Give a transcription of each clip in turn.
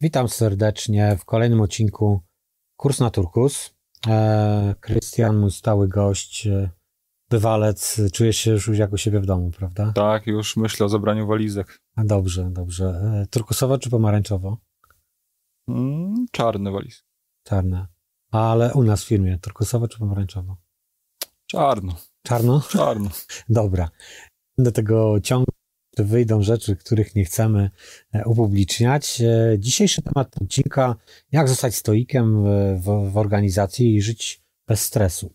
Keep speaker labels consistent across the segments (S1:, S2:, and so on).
S1: Witam serdecznie w kolejnym odcinku Kurs na Turkus. Krystian, mój stały gość, bywalec, czujesz się już jak u siebie w domu, prawda?
S2: Tak, już myślę o zabraniu walizek.
S1: Dobrze. Turkusowo czy pomarańczowo?
S2: Czarne walizki.
S1: Czarne. Ale u nas w firmie turkusowo czy pomarańczowo?
S2: Czarno.
S1: Czarno?
S2: Czarno.
S1: Dobra. Do tego ciągu wyjdą rzeczy, których nie chcemy upubliczniać. Dzisiejszy temat odcinka: jak zostać stoikiem w organizacji i żyć bez stresu.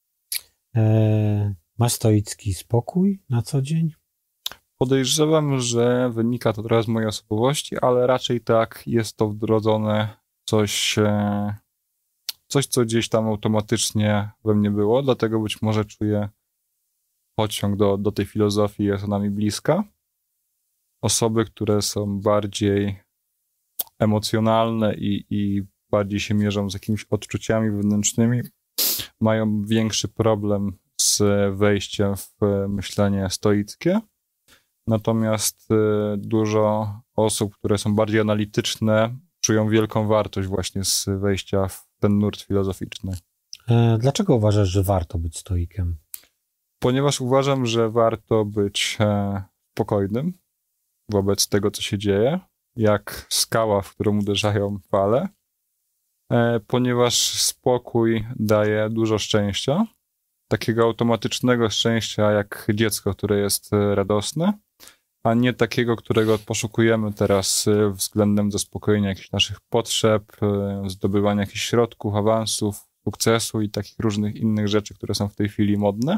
S1: Masz stoicki spokój na co dzień?
S2: Podejrzewam, że wynika to trochę z mojej osobowości, ale raczej tak, jest to wdrożone coś, co gdzieś tam automatycznie we mnie było, dlatego być może czuję pociąg do tej filozofii, jest ona mi bliska. Osoby, które są bardziej emocjonalne i bardziej się mierzą z jakimiś odczuciami wewnętrznymi, mają większy problem z wejściem w myślenie stoickie. Natomiast dużo osób, które są bardziej analityczne, czują wielką wartość właśnie z wejścia w ten nurt filozoficzny.
S1: Dlaczego uważasz, że warto być stoikiem?
S2: Ponieważ uważam, że warto być spokojnym wobec tego, co się dzieje, jak skała, w którą uderzają fale, ponieważ spokój daje dużo szczęścia, takiego automatycznego szczęścia jak dziecko, które jest radosne, a nie takiego, którego poszukujemy teraz względem zaspokojenia jakichś naszych potrzeb, zdobywania jakichś środków, awansów, sukcesu i takich różnych innych rzeczy, które są w tej chwili modne.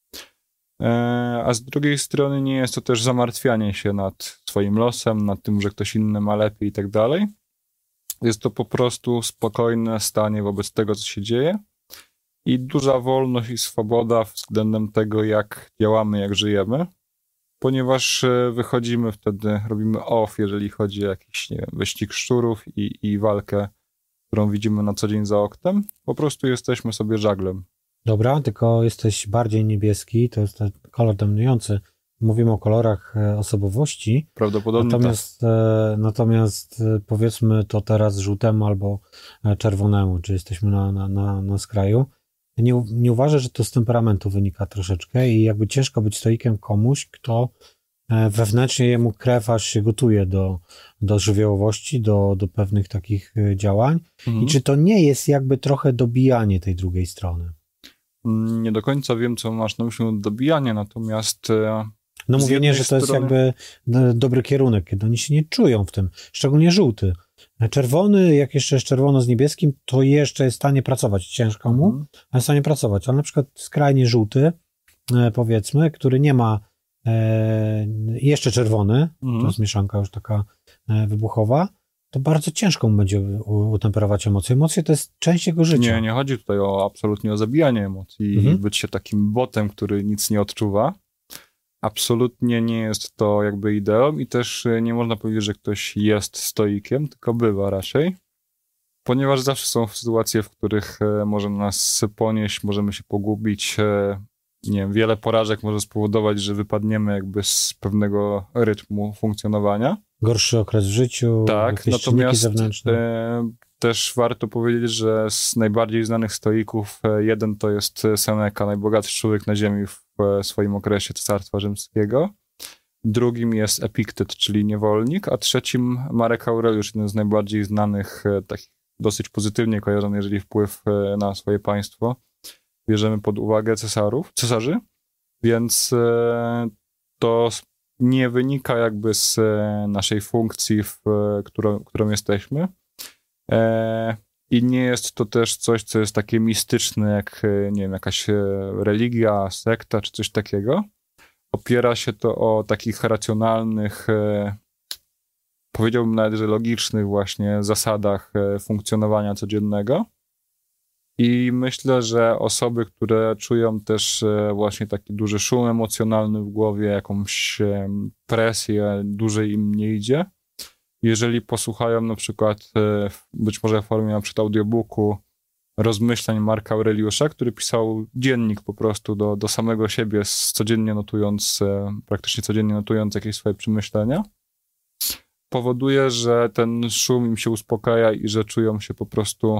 S2: A z drugiej strony nie jest to też zamartwianie się nad swoim losem, nad tym, że ktoś inny ma lepiej i tak dalej. Jest to po prostu spokojne stanie wobec tego, co się dzieje i duża wolność i swoboda względem tego, jak działamy, jak żyjemy, ponieważ wychodzimy wtedy, robimy off, jeżeli chodzi o jakiś, nie wiem, wyścig szczurów i walkę, którą widzimy na co dzień za oknem. Po prostu jesteśmy sobie żaglem.
S1: Dobra, tylko jesteś bardziej niebieski, to jest ten kolor dominujący. Mówimy o kolorach osobowości.
S2: Prawdopodobnie
S1: natomiast powiedzmy to teraz żółtemu albo czerwonemu, czy jesteśmy na skraju. Nie uważasz, że to z temperamentu wynika troszeczkę i jakby ciężko być stoikiem komuś, kto wewnętrznie jemu krew aż się gotuje do żywiołowości, do pewnych takich działań. I czy to nie jest jakby trochę dobijanie tej drugiej strony?
S2: Nie do końca wiem, co masz na myśli dobijanie, natomiast...
S1: No mówienie, że to jest jakby dobry kierunek, kiedy oni się nie czują w tym, szczególnie żółty. Czerwony, jak jeszcze jest czerwono z niebieskim, to jeszcze jest w stanie pracować. Ciężko mu, ale jest w stanie pracować. Ale na przykład skrajnie żółty, powiedzmy, który nie ma jeszcze czerwony, to jest mieszanka już taka wybuchowa, to bardzo ciężko mu będzie utemperować emocje. Emocje to jest część jego życia.
S2: Nie chodzi tutaj absolutnie o zabijanie emocji i być się takim botem, który nic nie odczuwa. Absolutnie nie jest to jakby ideą i też nie można powiedzieć, że ktoś jest stoikiem, tylko bywa raczej, ponieważ zawsze są sytuacje, w których może nas ponieść, możemy się pogubić, nie wiem, wiele porażek może spowodować, że wypadniemy jakby z pewnego rytmu funkcjonowania.
S1: Gorszy okres w życiu,
S2: tak,
S1: jakieś czynniki zewnętrzne.
S2: Też warto powiedzieć, że z najbardziej znanych stoików jeden to jest Seneca, najbogatszy człowiek na ziemi w swoim okresie Cesarstwa Rzymskiego. Drugim jest Epiktet, czyli niewolnik, a trzecim Marek Aureliusz, jeden z najbardziej znanych, takich dosyć pozytywnie kojarzony, jeżeli wpływ na swoje państwo bierzemy pod uwagę cesarzy, więc to nie wynika jakby z naszej funkcji, którą jesteśmy. I nie jest to też coś, co jest takie mistyczne, jak, nie wiem, jakaś religia, sekta czy coś takiego. Opiera się to o takich racjonalnych, powiedziałbym nawet, że logicznych właśnie zasadach funkcjonowania codziennego. I myślę, że osoby, które czują też właśnie taki duży szum emocjonalny w głowie, jakąś presję, dłużej im nie idzie, jeżeli posłuchają na przykład, być może w formie na przykład audiobooku, rozmyślań Marka Aureliusza, który pisał dziennik po prostu do samego siebie, praktycznie codziennie notując jakieś swoje przemyślenia, powoduje, że ten szum im się uspokaja i że czują się po prostu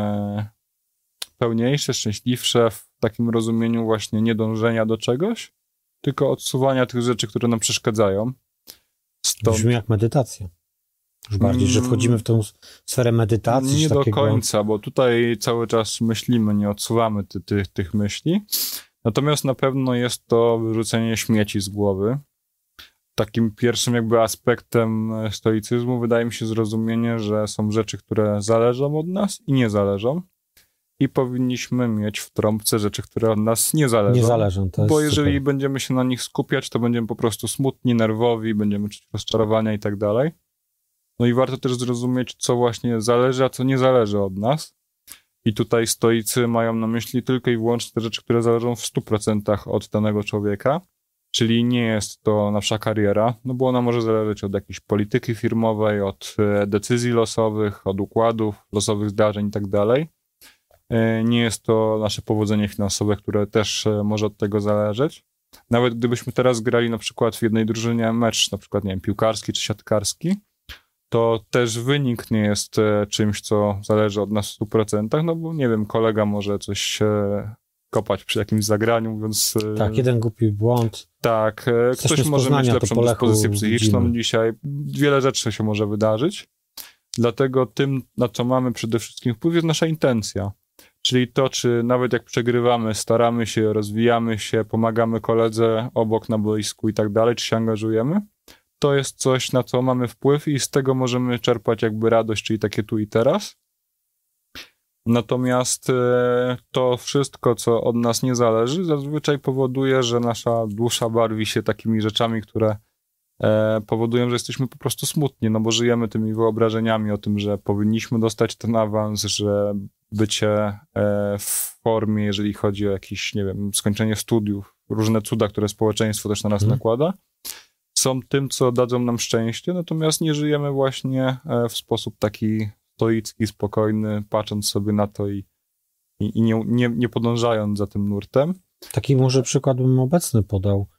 S2: pełniejsze, szczęśliwsze w takim rozumieniu właśnie nie dążenia do czegoś, tylko odsuwania tych rzeczy, które nam przeszkadzają.
S1: Brzmi jak medytacja. Już bardziej, że wchodzimy w tą sferę medytacji.
S2: Nie do końca, bo tutaj cały czas myślimy, nie odsuwamy tych myśli. Natomiast na pewno jest to wyrzucenie śmieci z głowy. Takim pierwszym jakby aspektem stoicyzmu wydaje mi się zrozumienie, że są rzeczy, które zależą od nas i nie zależą. I powinniśmy mieć w trąbce rzeczy, które od nas nie zależą.
S1: Nie zależą, to jest
S2: bo jeżeli
S1: super.
S2: będziemy się na nich skupiać, to będziemy po prostu smutni, nerwowi, będziemy czuć rozczarowania i tak dalej. No i warto też zrozumieć, co właśnie zależy, a co nie zależy od nas. I tutaj stoicy mają na myśli tylko i wyłącznie te rzeczy, które zależą w 100% od danego człowieka. Czyli nie jest to nasza kariera, no bo ona może zależeć od jakiejś polityki firmowej, od decyzji losowych, od układów, losowych zdarzeń i tak dalej. Nie jest to nasze powodzenie finansowe, które też może od tego zależeć. Nawet gdybyśmy teraz grali na przykład w jednej drużynie mecz, na przykład, nie wiem, piłkarski czy siatkarski, to też wynik nie jest czymś, co zależy od nas w 100%, no bo nie wiem, kolega może coś kopać przy jakimś zagraniu, mówiąc...
S1: Tak, jeden głupi błąd.
S2: Tak, ktoś może mieć lepszą dyspozycję psychiczną
S1: widzimy.
S2: dzisiaj. Wiele rzeczy się może wydarzyć. Dlatego tym, na co mamy przede wszystkim wpływ, jest nasza intencja. Czyli to, czy nawet jak przegrywamy, staramy się, rozwijamy się, pomagamy koledze obok na boisku i tak dalej, czy się angażujemy, to jest coś, na co mamy wpływ i z tego możemy czerpać jakby radość, czyli takie tu i teraz. Natomiast to wszystko, co od nas nie zależy, zazwyczaj powoduje, że nasza dusza barwi się takimi rzeczami, które powodują, że jesteśmy po prostu smutni, no bo żyjemy tymi wyobrażeniami o tym, że powinniśmy dostać ten awans, że bycie w formie, jeżeli chodzi o jakieś, nie wiem, skończenie studiów, różne cuda, które społeczeństwo też na nas nakłada, są tym, co dadzą nam szczęście, natomiast nie żyjemy właśnie w sposób taki stoicki, spokojny, patrząc sobie na to i nie podążając za tym nurtem.
S1: Taki może przykład bym obecny podał.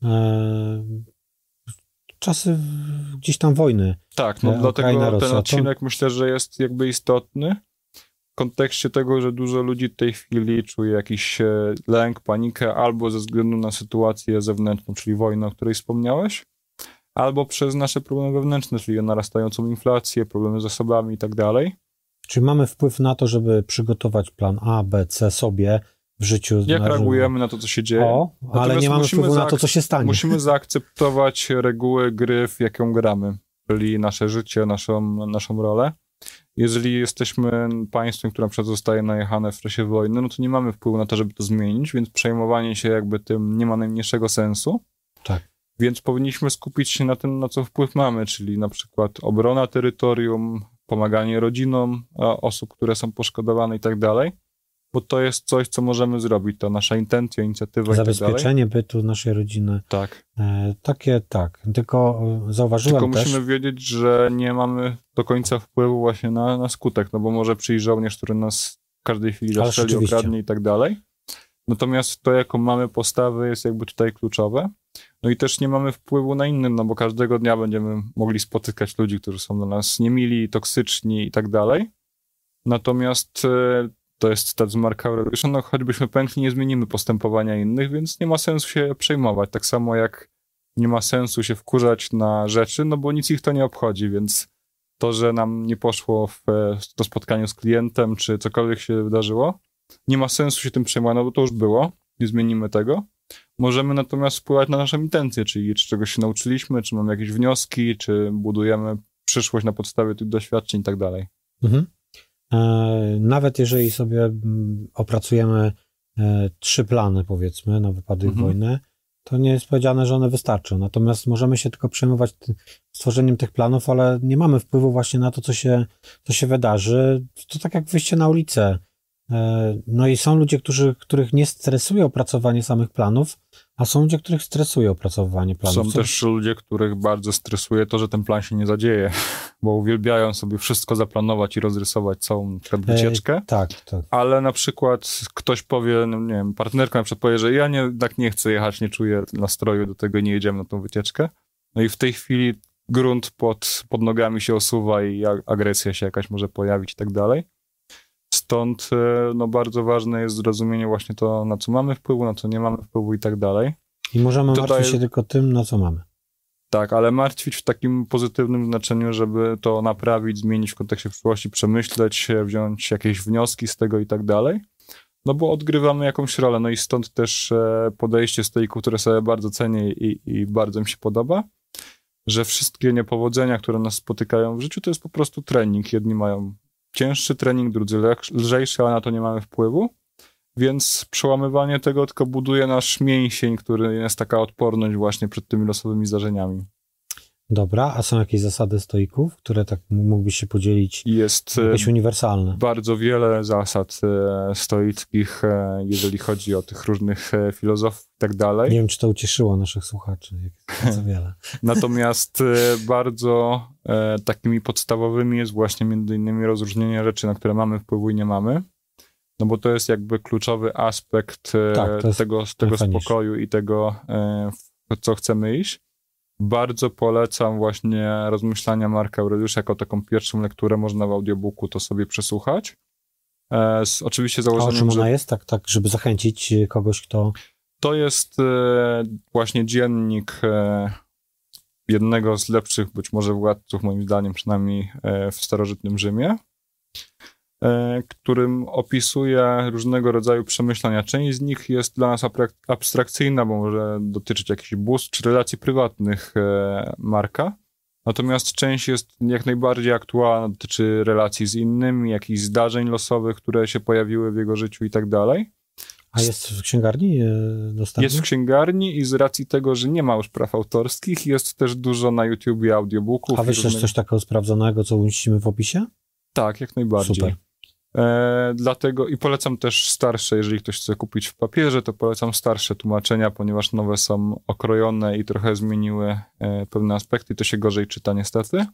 S1: Czasy gdzieś tam wojny.
S2: Tak, no dlatego
S1: Rosja,
S2: ten odcinek myślę, że jest jakby istotny w kontekście tego, że dużo ludzi w tej chwili czuje jakiś lęk, panikę albo ze względu na sytuację zewnętrzną, czyli wojnę, o której wspomniałeś, albo przez nasze problemy wewnętrzne, czyli narastającą inflację, problemy z zasobami i tak dalej.
S1: Czyli mamy wpływ na to, żeby przygotować plan A, B, C sobie w życiu.
S2: Jak reagujemy na to, co się dzieje.
S1: Ale nie mamy wpływu na to, co się stanie.
S2: Musimy zaakceptować reguły gry, w jaką gramy, czyli nasze życie, naszą rolę. Jeżeli jesteśmy państwem, które zostaje najechane w czasie wojny, no to nie mamy wpływu na to, żeby to zmienić, więc przejmowanie się jakby tym nie ma najmniejszego sensu.
S1: Tak.
S2: Więc powinniśmy skupić się na tym, na co wpływ mamy, czyli na przykład obrona terytorium, pomaganie rodzinom osób, które są poszkodowane i tak dalej, bo to jest coś, co możemy zrobić, to nasza intencja, inicjatywa i tak dalej.
S1: Zabezpieczenie bytu naszej rodziny.
S2: Tak.
S1: Tak. Tylko zauważyłem też...
S2: musimy wiedzieć, że nie mamy do końca wpływu właśnie na skutek, no bo może przyjść żołnierz, który nas w każdej chwili zastrzeli, okradnie i tak dalej. Natomiast to, jaką mamy postawę, jest jakby tutaj kluczowe. No i też nie mamy wpływu na innych, no bo każdego dnia będziemy mogli spotykać ludzi, którzy są dla nas niemili, toksyczni i tak dalej. Natomiast to jest cytat z Marka Aureliusza, no choćbyśmy pękli, nie zmienimy postępowania innych, więc nie ma sensu się przejmować. Tak samo jak nie ma sensu się wkurzać na rzeczy, no bo nic ich to nie obchodzi, więc to, że nam nie poszło w to spotkaniu z klientem, czy cokolwiek się wydarzyło, nie ma sensu się tym przejmować, no bo to już było, nie zmienimy tego. Możemy natomiast wpływać na naszą intencję, czyli czy czegoś się nauczyliśmy, czy mamy jakieś wnioski, czy budujemy przyszłość na podstawie tych doświadczeń i tak dalej.
S1: Nawet jeżeli sobie opracujemy 3 plany, powiedzmy, na wypadek wojny, to nie jest powiedziane, że one wystarczą. Natomiast możemy się tylko przejmować stworzeniem tych planów, ale nie mamy wpływu właśnie na to, co się wydarzy. To tak jak wyjście na ulicę. No i są ludzie, których nie stresuje opracowanie samych planów, a są ludzie, których stresuje opracowywanie planów.
S2: Są też ludzie, których bardzo stresuje to, że ten plan się nie zadzieje, bo uwielbiają sobie wszystko zaplanować i rozrysować całą na przykład wycieczkę.
S1: Tak.
S2: Ale na przykład ktoś powie, no nie wiem, partnerka na przykład powie, że ja tak nie chcę jechać, nie czuję nastroju do tego, nie jedziemy na tą wycieczkę. No i w tej chwili grunt pod nogami się osuwa i agresja się jakaś może pojawić i tak dalej. Stąd no, bardzo ważne jest zrozumienie właśnie to, na co mamy wpływu, na co nie mamy wpływu i tak dalej.
S1: I możemy martwić się tylko tym, na co mamy.
S2: Tak, ale martwić w takim pozytywnym znaczeniu, żeby to naprawić, zmienić w kontekście przyszłości, przemyśleć, wziąć jakieś wnioski z tego i tak dalej. No bo odgrywamy jakąś rolę, no i stąd też podejście stoików, które sobie bardzo cenię i bardzo mi się podoba, że wszystkie niepowodzenia, które nas spotykają w życiu, to jest po prostu trening. Jedni mają cięższy trening, drudzy lżejszy, ale na to nie mamy wpływu. Więc przełamywanie tego tylko buduje nasz mięsień, który jest taka odporność właśnie przed tymi losowymi zdarzeniami.
S1: Dobra, a są jakieś zasady stoików, które tak mógłbyś się podzielić?
S2: Jest
S1: jakieś uniwersalne.
S2: Bardzo wiele zasad stoickich, jeżeli chodzi o tych różnych filozofów i tak dalej.
S1: Nie wiem, czy to ucieszyło naszych słuchaczy, jak co wiele.
S2: Natomiast bardzo takimi podstawowymi jest właśnie między innymi rozróżnienie rzeczy, na które mamy wpływu i nie mamy. No bo to jest jakby kluczowy aspekt tego spokoju i tego, w co chcemy iść. Bardzo polecam właśnie rozmyślania Marka Aureliusza jako taką pierwszą lekturę, można w audiobooku to sobie przesłuchać. Oczywiście założeniem,
S1: a o czym ona jest? Tak, żeby zachęcić kogoś, kto...
S2: To jest właśnie dziennik jednego z lepszych być może władców, moim zdaniem, przynajmniej w starożytnym Rzymie, którym opisuje różnego rodzaju przemyślenia. Część z nich jest dla nas abstrakcyjna, bo może dotyczyć jakichś bóstw czy relacji prywatnych Marka. Natomiast część jest jak najbardziej aktualna, dotyczy relacji z innymi, jakichś zdarzeń losowych, które się pojawiły w jego życiu i tak dalej.
S1: A jest w księgarni dostępny?
S2: Jest w księgarni i z racji tego, że nie ma już praw autorskich, jest też dużo na YouTubie audiobooków.
S1: A wyślesz coś takiego sprawdzonego, co umieścimy w opisie?
S2: Tak, jak najbardziej.
S1: Super.
S2: Dlatego i polecam też starsze, jeżeli ktoś chce kupić w papierze, to polecam starsze tłumaczenia, ponieważ nowe są okrojone i trochę zmieniły pewne aspekty, to się gorzej czyta niestety.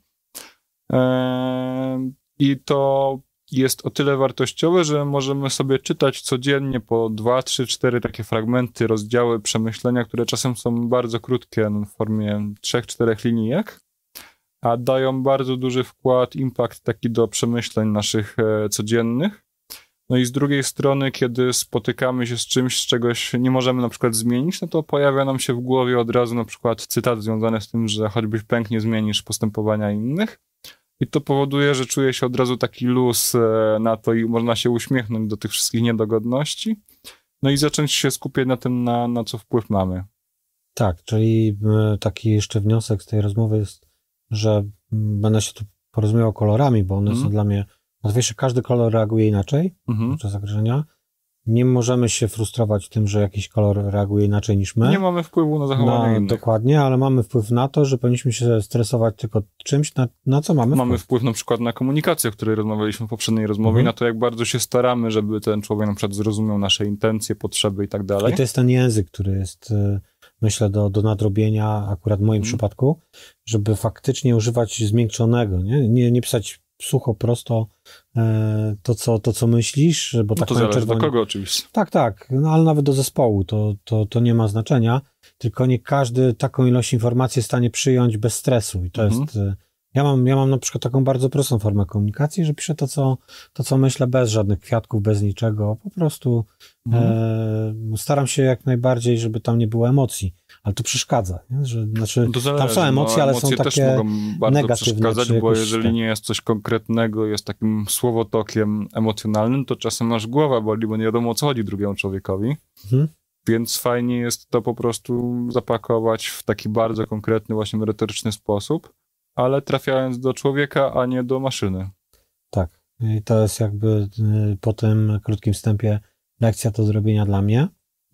S2: I to jest o tyle wartościowe, że możemy sobie czytać codziennie po 2, 3, 4 takie fragmenty, rozdziały, przemyślenia, które czasem są bardzo krótkie, w formie 3-4 linijek, a dają bardzo duży wkład, impact taki do przemyśleń naszych codziennych. No i z drugiej strony, kiedy spotykamy się z czymś, z czegoś nie możemy na przykład zmienić, no to pojawia nam się w głowie od razu na przykład cytat związany z tym, że choćbyś w pęk nie zmienisz postępowania innych. I to powoduje, że czuje się od razu taki luz na to i można się uśmiechnąć do tych wszystkich niedogodności. No i zacząć się skupiać na tym, na co wpływ mamy.
S1: Tak, czyli taki jeszcze wniosek z tej rozmowy jest, że będę się tu porozmawiał kolorami, bo one są dla mnie łatwiejsze. Każdy kolor reaguje inaczej podczas zagrożenia. Nie możemy się frustrować tym, że jakiś kolor reaguje inaczej niż my.
S2: Nie mamy wpływu na zachowanie innych.
S1: Dokładnie, ale mamy wpływ na to, że powinniśmy się stresować tylko czymś, na co mamy wpływ.
S2: Mamy wpływ na przykład na komunikację, o której rozmawialiśmy w poprzedniej rozmowie, na to, jak bardzo się staramy, żeby ten człowiek na przykład zrozumiał nasze intencje, potrzeby i tak dalej.
S1: I to jest ten język, który jest, myślę, do nadrobienia, akurat w moim przypadku, żeby faktycznie używać zmiękczonego, nie pisać sucho, prosto to co myślisz, bo tak
S2: to zależy do kogo oczywiście.
S1: Tak, no ale nawet do zespołu to nie ma znaczenia, tylko nie każdy taką ilość informacji jest w stanie przyjąć bez stresu i to jest... Ja mam na przykład taką bardzo prostą formę komunikacji, że piszę to, co myślę, bez żadnych kwiatków, bez niczego, po prostu staram się jak najbardziej, żeby tam nie było emocji, ale to przeszkadza, nie? Tam są emocje, ale emocje są takie też mogą bardzo
S2: przeszkadzać, bo jeżeli nie jest coś konkretnego, jest takim słowotokiem emocjonalnym, to czasem aż głowa boli, bo nie wiadomo, o co chodzi drugiemu człowiekowi. Więc fajnie jest to po prostu zapakować w taki bardzo konkretny, właśnie merytoryczny sposób, ale trafiając do człowieka, a nie do maszyny. Tak.
S1: I to jest jakby po tym krótkim wstępie lekcja do zrobienia dla mnie.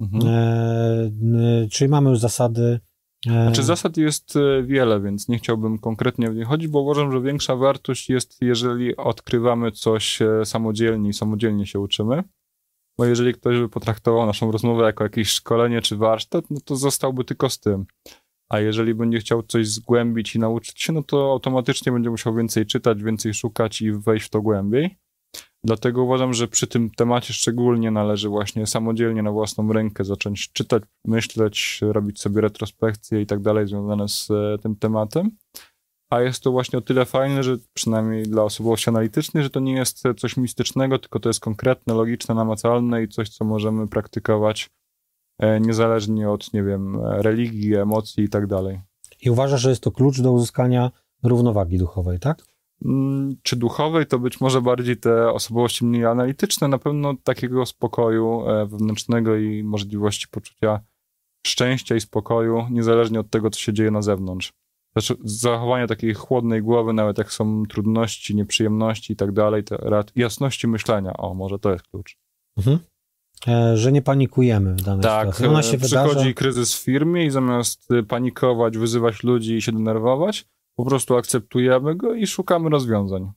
S1: Czyli mamy już zasady.
S2: Znaczy zasad jest wiele, więc nie chciałbym konkretnie w nie chodzić, bo uważam, że większa wartość jest, jeżeli odkrywamy coś samodzielnie i samodzielnie się uczymy. Bo jeżeli ktoś by potraktował naszą rozmowę jako jakieś szkolenie czy warsztat, no to zostałby tylko z tym. A jeżeli będzie chciał coś zgłębić i nauczyć się, no to automatycznie będzie musiał więcej czytać, więcej szukać i wejść w to głębiej. Dlatego uważam, że przy tym temacie szczególnie należy właśnie samodzielnie na własną rękę zacząć czytać, myśleć, robić sobie retrospekcje i tak dalej związane z tym tematem. A jest to właśnie o tyle fajne, że przynajmniej dla osobowości analitycznej, że to nie jest coś mistycznego, tylko to jest konkretne, logiczne, namacalne i coś, co możemy praktykować niezależnie od, nie wiem, religii, emocji i tak dalej.
S1: I uważasz, że jest to klucz do uzyskania równowagi duchowej, tak?
S2: Czy duchowej, to być może bardziej te osobowości mniej analityczne, na pewno takiego spokoju wewnętrznego i możliwości poczucia szczęścia i spokoju, niezależnie od tego, co się dzieje na zewnątrz. Znaczy, zachowanie takiej chłodnej głowy, nawet jak są trudności, nieprzyjemności i tak dalej, jasności myślenia, może to jest klucz.
S1: Mhm. Że nie panikujemy w danej sytuacji. Ona się
S2: przychodzi kryzys w firmie i zamiast panikować, wyzywać ludzi i się denerwować, po prostu akceptujemy go i szukamy rozwiązań.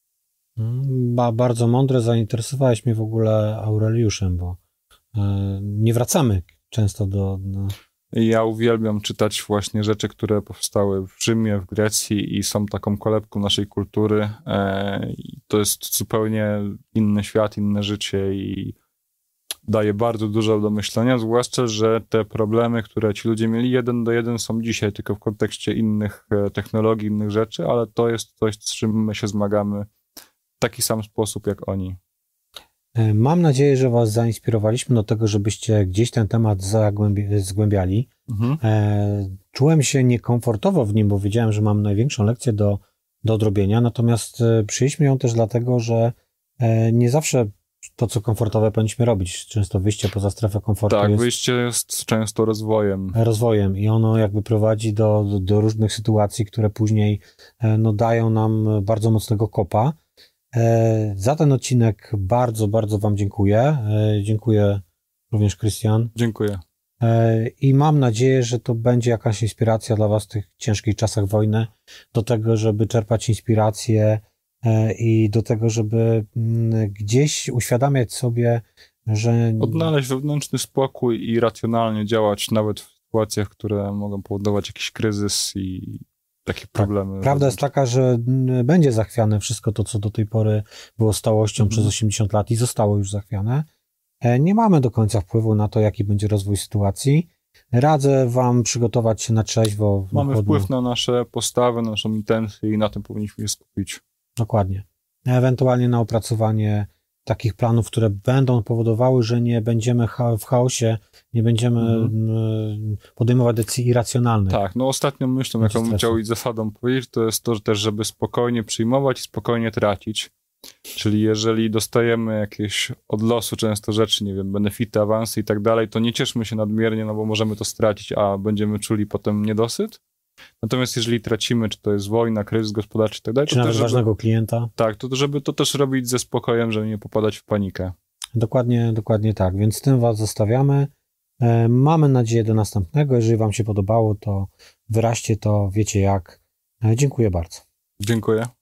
S1: Bardzo mądre, zainteresowałeś mnie w ogóle Aureliuszem, bo nie wracamy często do...
S2: Ja uwielbiam czytać właśnie rzeczy, które powstały w Rzymie, w Grecji i są taką kolebką naszej kultury. To jest zupełnie inny świat, inne życie i daje bardzo dużo do myślenia, zwłaszcza, że te problemy, które ci ludzie mieli 1 do 1 są dzisiaj, tylko w kontekście innych technologii, innych rzeczy, ale to jest coś, z czym my się zmagamy w taki sam sposób jak oni.
S1: Mam nadzieję, że was zainspirowaliśmy do tego, żebyście gdzieś ten temat zgłębiali. Czułem się niekomfortowo w nim, bo wiedziałem, że mam największą lekcję do odrobienia, natomiast przyjęliśmy ją też dlatego, że nie zawsze to, co komfortowe powinniśmy robić. Często wyjście poza strefę komfortu
S2: wyjście jest często rozwojem
S1: i ono jakby prowadzi do różnych sytuacji, które później dają nam bardzo mocnego kopa. Za ten odcinek bardzo, bardzo wam dziękuję. Dziękuję również, Krystian.
S2: Dziękuję.
S1: I mam nadzieję, że to będzie jakaś inspiracja dla was w tych ciężkich czasach wojny, do tego, żeby czerpać inspirację i do tego, żeby gdzieś uświadamiać sobie, że...
S2: Odnaleźć wewnętrzny spokój i racjonalnie działać nawet w sytuacjach, które mogą powodować jakiś kryzys i takie problemy.
S1: Tak. Prawda jest taka, że będzie zachwiane wszystko to, co do tej pory było stałością przez 80 lat i zostało już zachwiane. Nie mamy do końca wpływu na to, jaki będzie rozwój sytuacji. Radzę wam przygotować się na trzeźwo.
S2: Mamy wpływ na nasze postawy, na naszą intencję i na tym powinniśmy się skupić.
S1: Dokładnie. Ewentualnie na opracowanie takich planów, które będą powodowały, że nie będziemy w chaosie, nie będziemy podejmować decyzji irracjonalnych.
S2: Tak, ostatnią myślą, jaką bym chciał i zasadą powiedzieć, to jest to, że też, żeby spokojnie przyjmować i spokojnie tracić. Czyli jeżeli dostajemy jakieś od losu często rzeczy, nie wiem, benefity, awansy i tak dalej, to nie cieszmy się nadmiernie, bo możemy to stracić, a będziemy czuli potem niedosyt. Natomiast jeżeli tracimy, czy to jest wojna, kryzys gospodarczy i tak dalej,
S1: czy nawet ważnego klienta.
S2: Tak, to żeby to też robić ze spokojem, żeby nie popadać w panikę.
S1: Dokładnie tak, więc z tym was zostawiamy. Mamy nadzieję do następnego. Jeżeli wam się podobało, to wyraźcie to, wiecie jak. Dziękuję bardzo.
S2: Dziękuję.